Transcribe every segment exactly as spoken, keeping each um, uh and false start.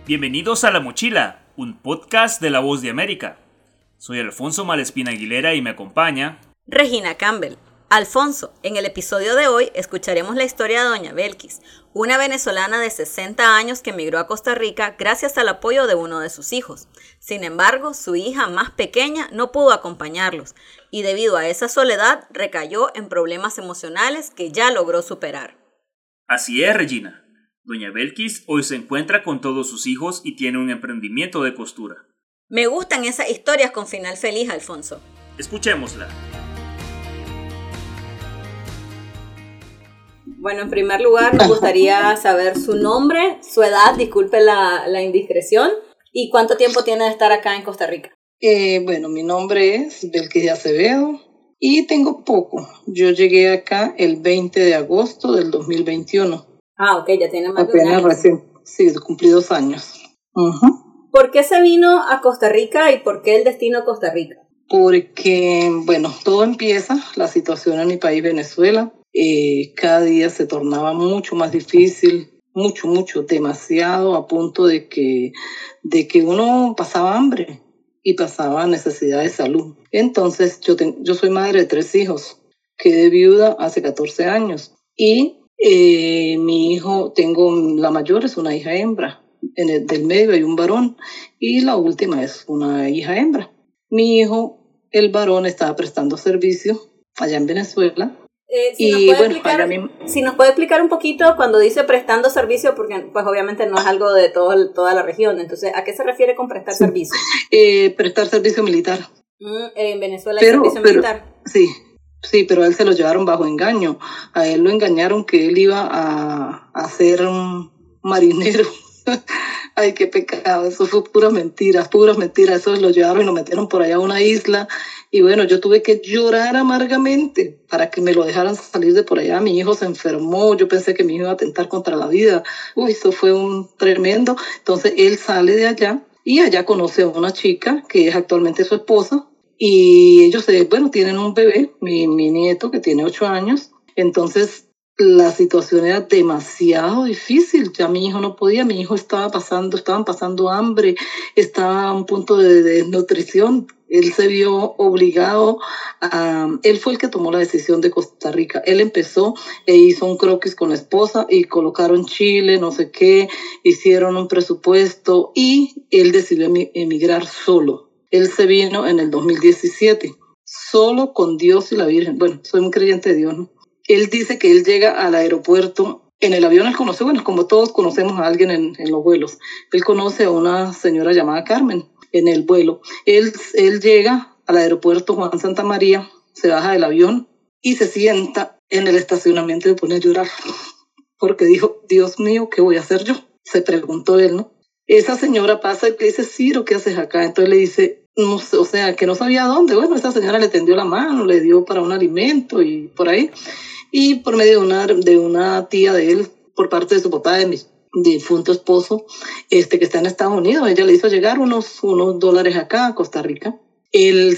Bienvenidos a La Mochila, un podcast de La Voz de América. Soy Alfonso Malespina Aguilera y me acompaña Regina Campbell. Alfonso, en el episodio de hoy escucharemos la historia de doña Belkis, una venezolana de sesenta años que emigró a Costa Rica gracias al apoyo de uno de sus hijos. Sin embargo, su hija más pequeña no pudo acompañarlos y debido a esa soledad recayó en problemas emocionales que ya logró superar. Así es, Regina. Doña Belkis hoy se encuentra con todos sus hijos y tiene un emprendimiento de costura. Me gustan esas historias con final feliz, Alfonso. Escuchémosla. Bueno, en primer lugar, me gustaría saber su nombre, su edad, disculpe la, la indiscreción, y cuánto tiempo tiene de estar acá en Costa Rica. Eh, bueno, mi nombre es Belkis de Acevedo y tengo poco. Yo llegué acá el veinte de agosto del dos mil veintiuno. Ah, ok, ya tiene más Apenas de un año. recién, sí, cumplí dos años. Uh-huh. ¿Por qué se vino a Costa Rica y por qué el destino a Costa Rica? Porque, bueno, todo empieza, la situación en mi país, Venezuela. Eh, cada día se tornaba mucho más difícil, mucho, mucho, demasiado, a punto de que, de que uno pasaba hambre y pasaba necesidad de salud. Entonces, yo, te, yo soy madre de tres hijos, quedé viuda hace catorce años y eh, mi hijo, tengo la mayor, es una hija hembra, en el del medio hay un varón y la última es una hija hembra. Mi hijo, el varón, estaba prestando servicio allá en Venezuela. Eh, si, y, nos puede bueno, explicar, mismo... si nos puede explicar un poquito cuando dice prestando servicio, porque pues obviamente no es algo de todo, toda la región, entonces, ¿a qué se refiere con prestar sí. servicio? Eh, prestar servicio militar. Mm, en Venezuela hay pero, servicio pero, militar. Sí, sí, pero a él se lo llevaron bajo engaño. A él lo engañaron que él iba a, a ser un marinero. Ay, qué pecado, eso fue pura mentira, puras mentiras. Eso lo llevaron y lo metieron por allá a una isla. Y bueno, yo tuve que llorar amargamente para que me lo dejaran salir de por allá. Mi hijo se enfermó, yo pensé que mi hijo iba a atentar contra la vida. Uy, eso fue un tremendo. Entonces él sale de allá y allá conoce a una chica que es actualmente su esposa. Y ellos, bueno, tienen un bebé, mi, mi nieto que tiene ocho años. Entonces la situación era demasiado difícil, ya mi hijo no podía, mi hijo estaba pasando, estaban pasando hambre, estaba a un punto de, de desnutrición. Él se vio obligado a, él fue el que tomó la decisión de Costa Rica, él empezó e hizo un croquis con la esposa y colocaron Chile, no sé qué, hicieron un presupuesto y él decidió emigrar solo. Él se vino en el dos mil diecisiete, solo con Dios y la Virgen. Bueno, soy muy creyente de Dios, ¿no? Él dice que él llega al aeropuerto, en el avión él conoce, bueno, como todos conocemos a alguien en, en los vuelos, él conoce a una señora llamada Carmen en el vuelo. Él, él llega al aeropuerto Juan Santa María, se baja del avión y se sienta en el estacionamiento y se pone a llorar, porque dijo, Dios mío, ¿qué voy a hacer yo? Se preguntó él, ¿no? Esa señora pasa y le dice, Ciro, ¿qué haces acá? Entonces le dice, no sé, o sea, que no sabía dónde. Bueno, esa señora le tendió la mano, le dio para un alimento y por ahí. Y por medio de una, de una tía de él, por parte de su papá, de mi difunto esposo, este, que está en Estados Unidos, ella le hizo llegar unos, unos dólares acá a Costa Rica. Él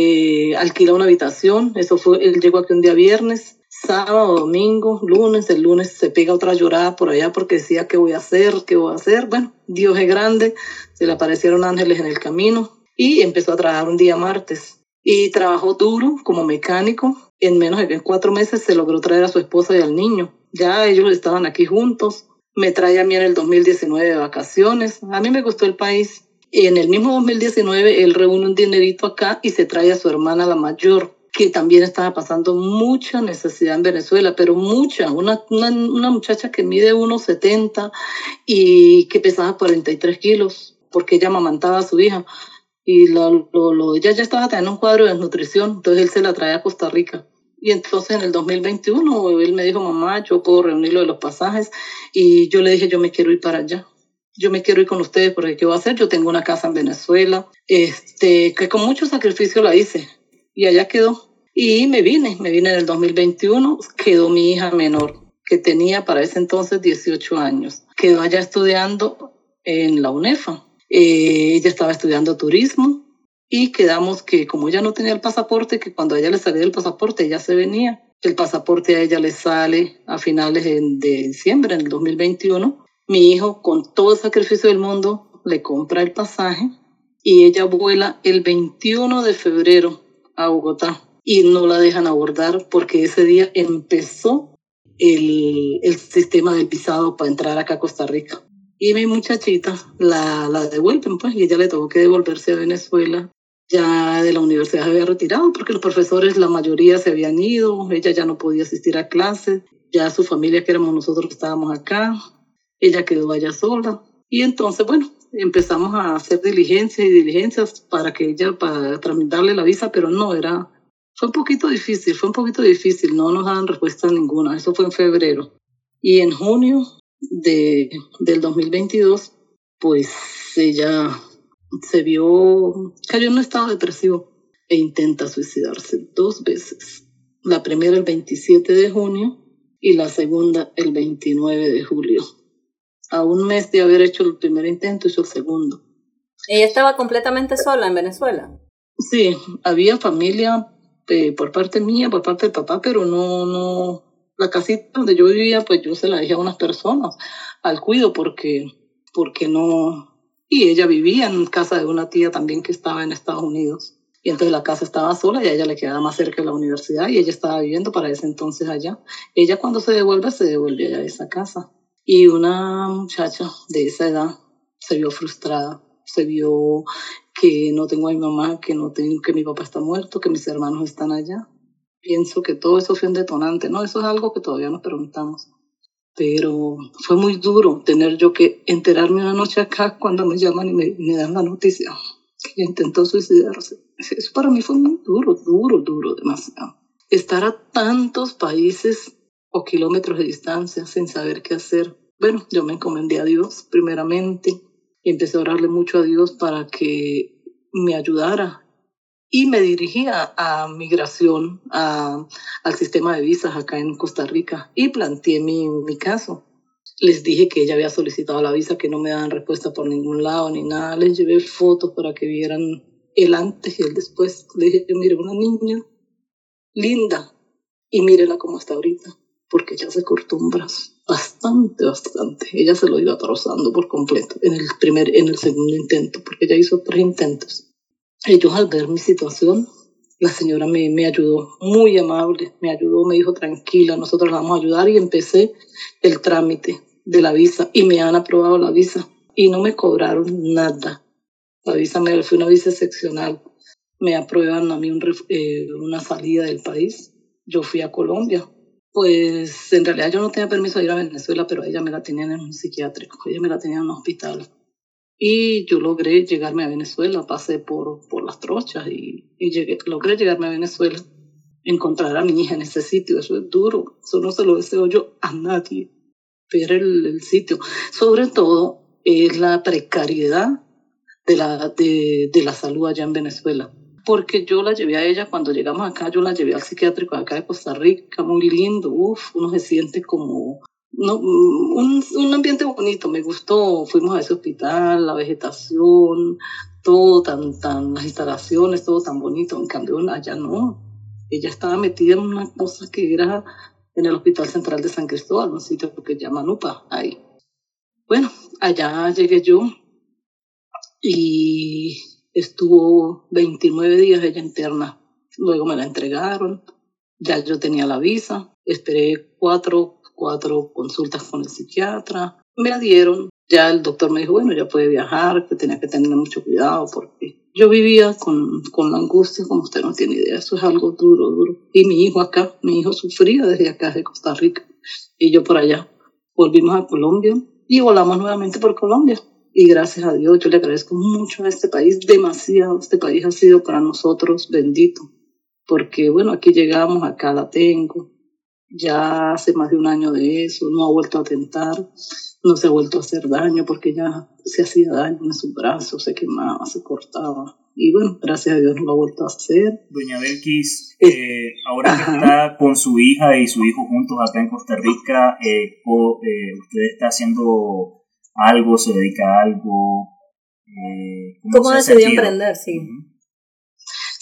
se alquila una habitación, eso fue, él llegó aquí un día viernes, sábado, domingo, lunes, el lunes se pega otra llorada por allá porque decía, ¿qué voy a hacer? ¿Qué voy a hacer? Bueno, Dios es grande, se le aparecieron ángeles en el camino y empezó a trabajar un día martes. Y trabajó duro como mecánico. En menos de cuatro meses se logró traer a su esposa y al niño. Ya ellos estaban aquí juntos. Me trae a mí en el dos mil diecinueve de vacaciones. A mí me gustó el país. Y en el mismo dos mil diecinueve él reúne un dinerito acá y se trae a su hermana la mayor, que también estaba pasando mucha necesidad en Venezuela, pero mucha. Una, una, una muchacha que mide uno setenta y que pesaba cuarenta y tres kilos, porque ella amamantaba a su hija. Y lo, lo, lo, ella ya estaba teniendo un cuadro de desnutrición, entonces él se la trae a Costa Rica. Y entonces en el dos mil veintiuno él me dijo, mamá, yo puedo reunir lo de los pasajes. Y yo le dije, yo me quiero ir para allá. Yo me quiero ir con ustedes porque ¿qué voy a hacer? Yo tengo una casa en Venezuela, este, que con mucho sacrificio la hice. Y allá quedó. Y me vine, me vine en el dos mil veintiuno, quedó mi hija menor, que tenía para ese entonces dieciocho años. Quedó allá estudiando en la UNEFA. Eh, ella estaba estudiando turismo y quedamos que como ella no tenía el pasaporte, que cuando a ella le salía el pasaporte, ella se venía. El pasaporte a ella le sale a finales de, de diciembre, en el dos mil veintiuno, Mi hijo, con todo el sacrificio del mundo, le compra el pasaje y ella vuela el veintiuno de febrero a Bogotá y no la dejan abordar porque ese día empezó el, el sistema del visado para entrar acá a Costa Rica. Y mi muchachita la, la devuelven, pues, y ella le tuvo que devolverse a Venezuela. Ya de la universidad se había retirado porque los profesores, la mayoría se habían ido, ella ya no podía asistir a clases, ya su familia, que éramos nosotros que estábamos acá, ella quedó allá sola. Y entonces, bueno, empezamos a hacer diligencias y diligencias para que ella, para tramitarle la visa, pero no, era, fue un poquito difícil, fue un poquito difícil, no nos daban respuesta ninguna, eso fue en febrero. Y en junio de, del dos mil veintidós, pues ella se vio, cayó en un estado depresivo e intenta suicidarse dos veces. La primera el veintisiete de junio y la segunda el veintinueve de julio. A un mes de haber hecho el primer intento, hizo el segundo. ¿Ella estaba completamente sola en Venezuela? Sí, había familia eh, por parte mía, por parte del papá, pero no, no, la casita donde yo vivía, pues yo se la dejé a unas personas al cuido porque, porque no, y ella vivía en casa de una tía también que estaba en Estados Unidos. Y entonces la casa estaba sola y a ella le quedaba más cerca de la universidad y ella estaba viviendo para ese entonces allá. Ella cuando se devuelve, se devuelve allá a esa casa. Y una muchacha de esa edad se vio frustrada, se vio que no tengo a mi mamá, que, no tengo, que mi papá está muerto, que mis hermanos están allá. Pienso que todo eso fue un detonante, ¿no? Eso es algo que todavía nos preguntamos. Pero fue muy duro tener yo que enterarme una noche acá cuando me llaman y me, me dan la noticia que intentó suicidarse. Eso para mí fue muy duro, duro, duro, demasiado. Estar a tantos países o kilómetros de distancia sin saber qué hacer. Bueno, yo me encomendé a Dios primeramente y empecé a orarle mucho a Dios para que me ayudara y me dirigía a migración, a, al sistema de visas acá en Costa Rica y planteé mi, mi caso. Les dije que ella había solicitado la visa, que no me daban respuesta por ningún lado ni nada. Les llevé fotos para que vieran el antes y el después. Le dije, mire, una niña linda y mírela cómo está ahorita, porque ella se cortó un brazo, bastante, bastante. Ella se lo iba trozando por completo en el primer, en el segundo intento, porque ella hizo tres intentos. Ellos al ver mi situación, la señora me, me ayudó, muy amable, me ayudó, me dijo tranquila, nosotros la vamos a ayudar y empecé el trámite de la visa y me han aprobado la visa y no me cobraron nada. La visa me fue una visa excepcional. Me aprueban a mí un, eh, una salida del país. Yo fui a Colombia. Pues en realidad yo no tenía permiso de ir a Venezuela, pero ella me la tenía en un psiquiátrico, ella me la tenía en un hospital. Y yo logré llegarme a Venezuela, pasé por, por las trochas y, y llegué, logré llegarme a Venezuela, encontrar a mi hija en ese sitio. Eso es duro, eso no se lo deseo yo a nadie, ver el, el sitio. Sobre todo es la precariedad de la, de, de la salud allá en Venezuela. Porque yo la llevé a ella cuando llegamos acá, yo la llevé al psiquiátrico acá de Costa Rica, muy lindo, uf, uno se siente como no, un, un ambiente bonito, me gustó, fuimos a ese hospital, la vegetación, todo tan, tan, las instalaciones, todo tan bonito, en cambio allá no, ella estaba metida en una cosa que era en el Hospital Central de San Cristóbal, un sitio que se llama Nupa, ahí. Bueno, allá llegué yo y estuvo veintinueve días ella interna. Luego me la entregaron, ya yo tenía la visa, esperé cuatro, cuatro consultas con el psiquiatra, me la dieron, ya el doctor me dijo, bueno, ya puede viajar, que tenía que tener mucho cuidado porque yo vivía con, con la angustia, como usted no tiene idea, eso es algo duro, duro. Y mi hijo acá, mi hijo sufría desde acá, de Costa Rica, y yo por allá. Volvimos a Colombia y volamos nuevamente por Colombia. Y gracias a Dios, yo le agradezco mucho a este país, demasiado. Este país ha sido para nosotros bendito. Porque, bueno, aquí llegamos, acá la tengo. Ya hace más de un año de eso, no ha vuelto a tentar, no se ha vuelto a hacer daño porque ya se hacía daño en sus brazos, se quemaba, se cortaba. Y bueno, gracias a Dios no lo ha vuelto a hacer. Doña Belkis, eh, ahora Ajá. que está con su hija y su hijo juntos acá en Costa Rica, eh, o, eh, ¿usted está haciendo algo, se dedica a algo? Eh, ¿Cómo, ¿Cómo decidió emprender? Sí. Uh-huh.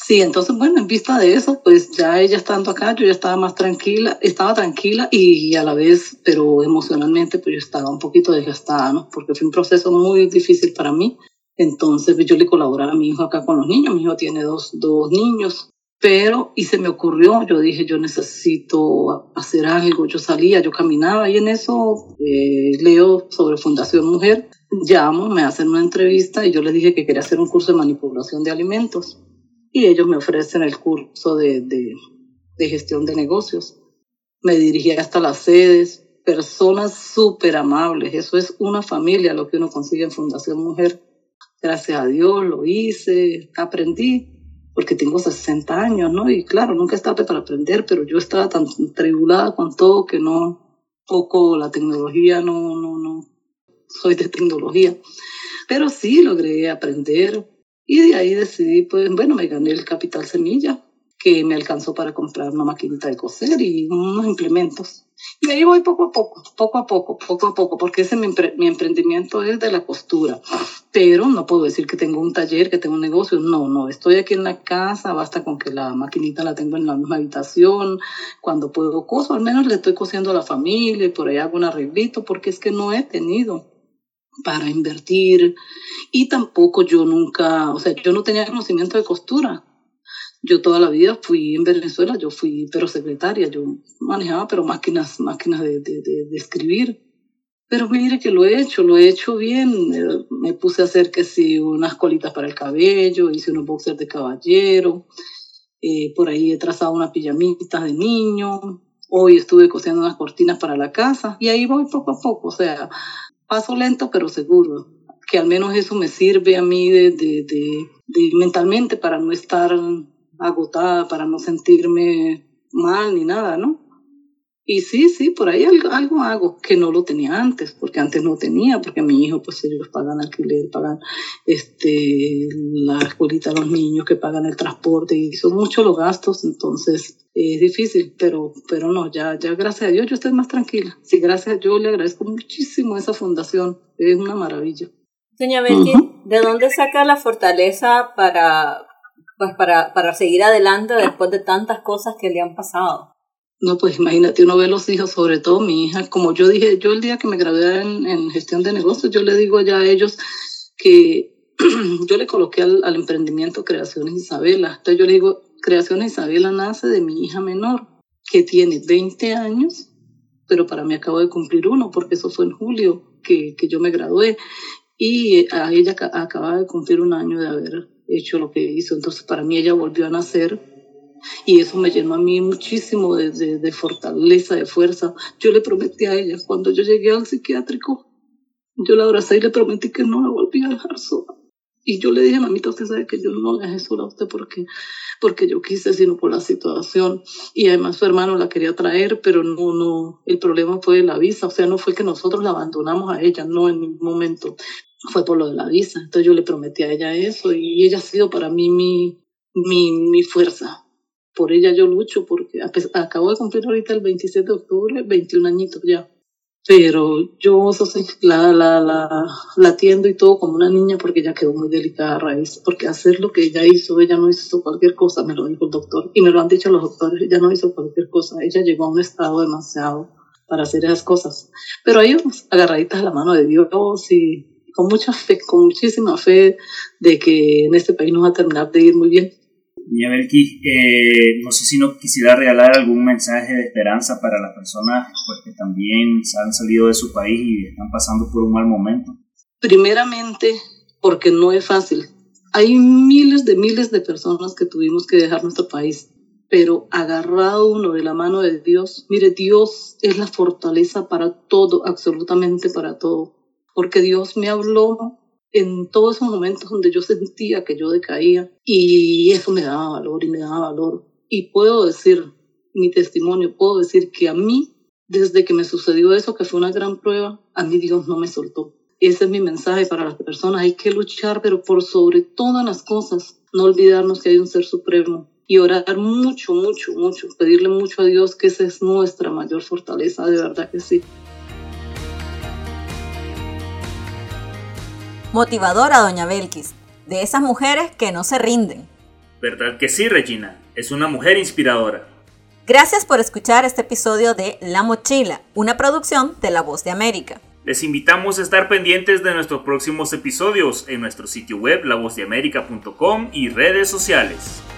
Sí, entonces, bueno, en vista de eso, pues ya ella estando acá, yo ya estaba más tranquila, estaba tranquila y a la vez, pero emocionalmente, pues yo estaba un poquito desgastada, ¿no? Porque fue un proceso muy difícil para mí. Entonces, pues yo le colaboraba a mi hijo acá con los niños, mi hijo tiene dos, dos niños, pero, y se me ocurrió, yo dije, yo necesito hacer algo, yo salía, yo caminaba y en eso eh, leo sobre Fundación Mujer, llamo, me hacen una entrevista y yo les dije que quería hacer un curso de manipulación de alimentos. Y ellos me ofrecen el curso de, de, de gestión de negocios. Me dirigí hasta las sedes, personas súper amables. Eso es una familia lo que uno consigue en Fundación Mujer. Gracias a Dios lo hice, aprendí, porque tengo sesenta años, ¿no? Y claro, nunca es tarde para aprender, pero yo estaba tan tribulada con todo que no, poco la tecnología, no, no, no, soy de tecnología. Pero sí logré aprender. Y de ahí decidí, pues, bueno, me gané el capital semilla, que me alcanzó para comprar una maquinita de coser y unos implementos. Y ahí voy poco a poco, poco a poco, poco a poco, porque ese mi, empre- mi emprendimiento es de la costura. Pero no puedo decir que tengo un taller, que tengo un negocio. No, no, estoy aquí en la casa, basta con que la maquinita la tengo en la misma habitación. Cuando puedo coso, al menos le estoy cosiendo a la familia y por ahí hago un arreglito, porque es que no he tenido para invertir y tampoco yo nunca, o sea, yo no tenía conocimiento de costura. Yo toda la vida fui en Venezuela, yo fui pero secretaria, yo manejaba pero máquinas, máquinas de, de, de, de escribir. Pero mire que lo he hecho, lo he hecho bien. Me puse a hacer que sí, unas colitas para el cabello, hice unos boxers de caballero, eh, por ahí he trazado unas pijamitas de niño, hoy estuve cosiendo unas cortinas para la casa y ahí voy poco a poco, o sea, paso lento pero seguro, que al menos eso me sirve a mí de, de, de, de mentalmente para no estar agotada, para no sentirme mal ni nada, ¿no? Y sí, sí, por ahí algo, algo hago que no lo tenía antes, porque antes no tenía, porque mi hijo, pues ellos pagan alquiler, pagan este, la escuelita a los niños, que pagan el transporte, y son muchos los gastos, entonces es difícil, pero, pero no, ya, ya gracias a Dios yo estoy más tranquila. Sí, gracias a Dios le agradezco muchísimo a esa fundación, es una maravilla. Doña Belkis, uh-huh. ¿De dónde saca la fortaleza para, pues para, para seguir adelante después de tantas cosas que le han pasado? No, pues imagínate, uno ve los hijos, sobre todo mi hija, como yo dije, yo el día que me gradué en, en gestión de negocios, yo le digo ya a ellos que yo le coloqué al, al emprendimiento Creaciones Isabela. Entonces yo le digo, Creaciones Isabela nace de mi hija menor, que tiene veinte años, pero para mí acabo de cumplir uno, porque eso fue en julio que, que yo me gradué, y a ella acaba de cumplir un año de haber hecho lo que hizo. Entonces para mí ella volvió a nacer, y eso me llenó a mí muchísimo de, de, de fortaleza, de fuerza. Yo le prometí a ella, cuando yo llegué al psiquiátrico, yo la abracé y le prometí que no la volvía a dejar sola. Y yo le dije, mamita, usted sabe que yo no la dejé sola a usted porque, porque yo quise, sino por la situación. Y además su hermano la quería traer, pero no, no, el problema fue la visa. O sea, no fue que nosotros la abandonamos a ella, no en ningún momento. Fue por lo de la visa. Entonces yo le prometí a ella eso y ella ha sido para mí mi, mi, mi fuerza. Por ella yo lucho, porque acabo de cumplir ahorita el veintisiete de octubre, veintiún añitos ya. Pero yo eso sí, la, la, la, la atiendo y todo como una niña, porque ella quedó muy delicada a raíz. Porque hacer lo que ella hizo, ella no hizo cualquier cosa, me lo dijo el doctor. Y me lo han dicho los doctores, ella no hizo cualquier cosa. Ella llegó a un estado demasiado para hacer esas cosas. Pero ahí vamos, agarraditas a la mano de Dios y con mucha fe, con muchísima fe de que en este país nos va a terminar de ir muy bien. Doña Belkis, eh, no sé si nos quisiera regalar algún mensaje de esperanza para las personas pues, que también se han salido de su país y están pasando por un mal momento. Primeramente, porque no es fácil. Hay miles de miles de personas que tuvimos que dejar nuestro país, pero agarrado uno de la mano de Dios, mire, Dios es la fortaleza para todo, absolutamente para todo, porque Dios me habló en todos esos momentos donde yo sentía que yo decaía y eso me daba valor y me daba valor. Y puedo decir, mi testimonio, puedo decir que a mí, desde que me sucedió eso, que fue una gran prueba, a mí Dios no me soltó. Ese es mi mensaje para las personas. Hay que luchar, pero por sobre todas las cosas, no olvidarnos que hay un ser supremo y orar mucho, mucho, mucho, pedirle mucho a Dios, que esa es nuestra mayor fortaleza, de verdad que sí. Motivadora, doña Belkis, de esas mujeres que no se rinden. ¿Verdad que sí, Regina? Es una mujer inspiradora. Gracias por escuchar este episodio de La Mochila, una producción de La Voz de América. Les invitamos a estar pendientes de nuestros próximos episodios en nuestro sitio web la voz de américa punto com y redes sociales.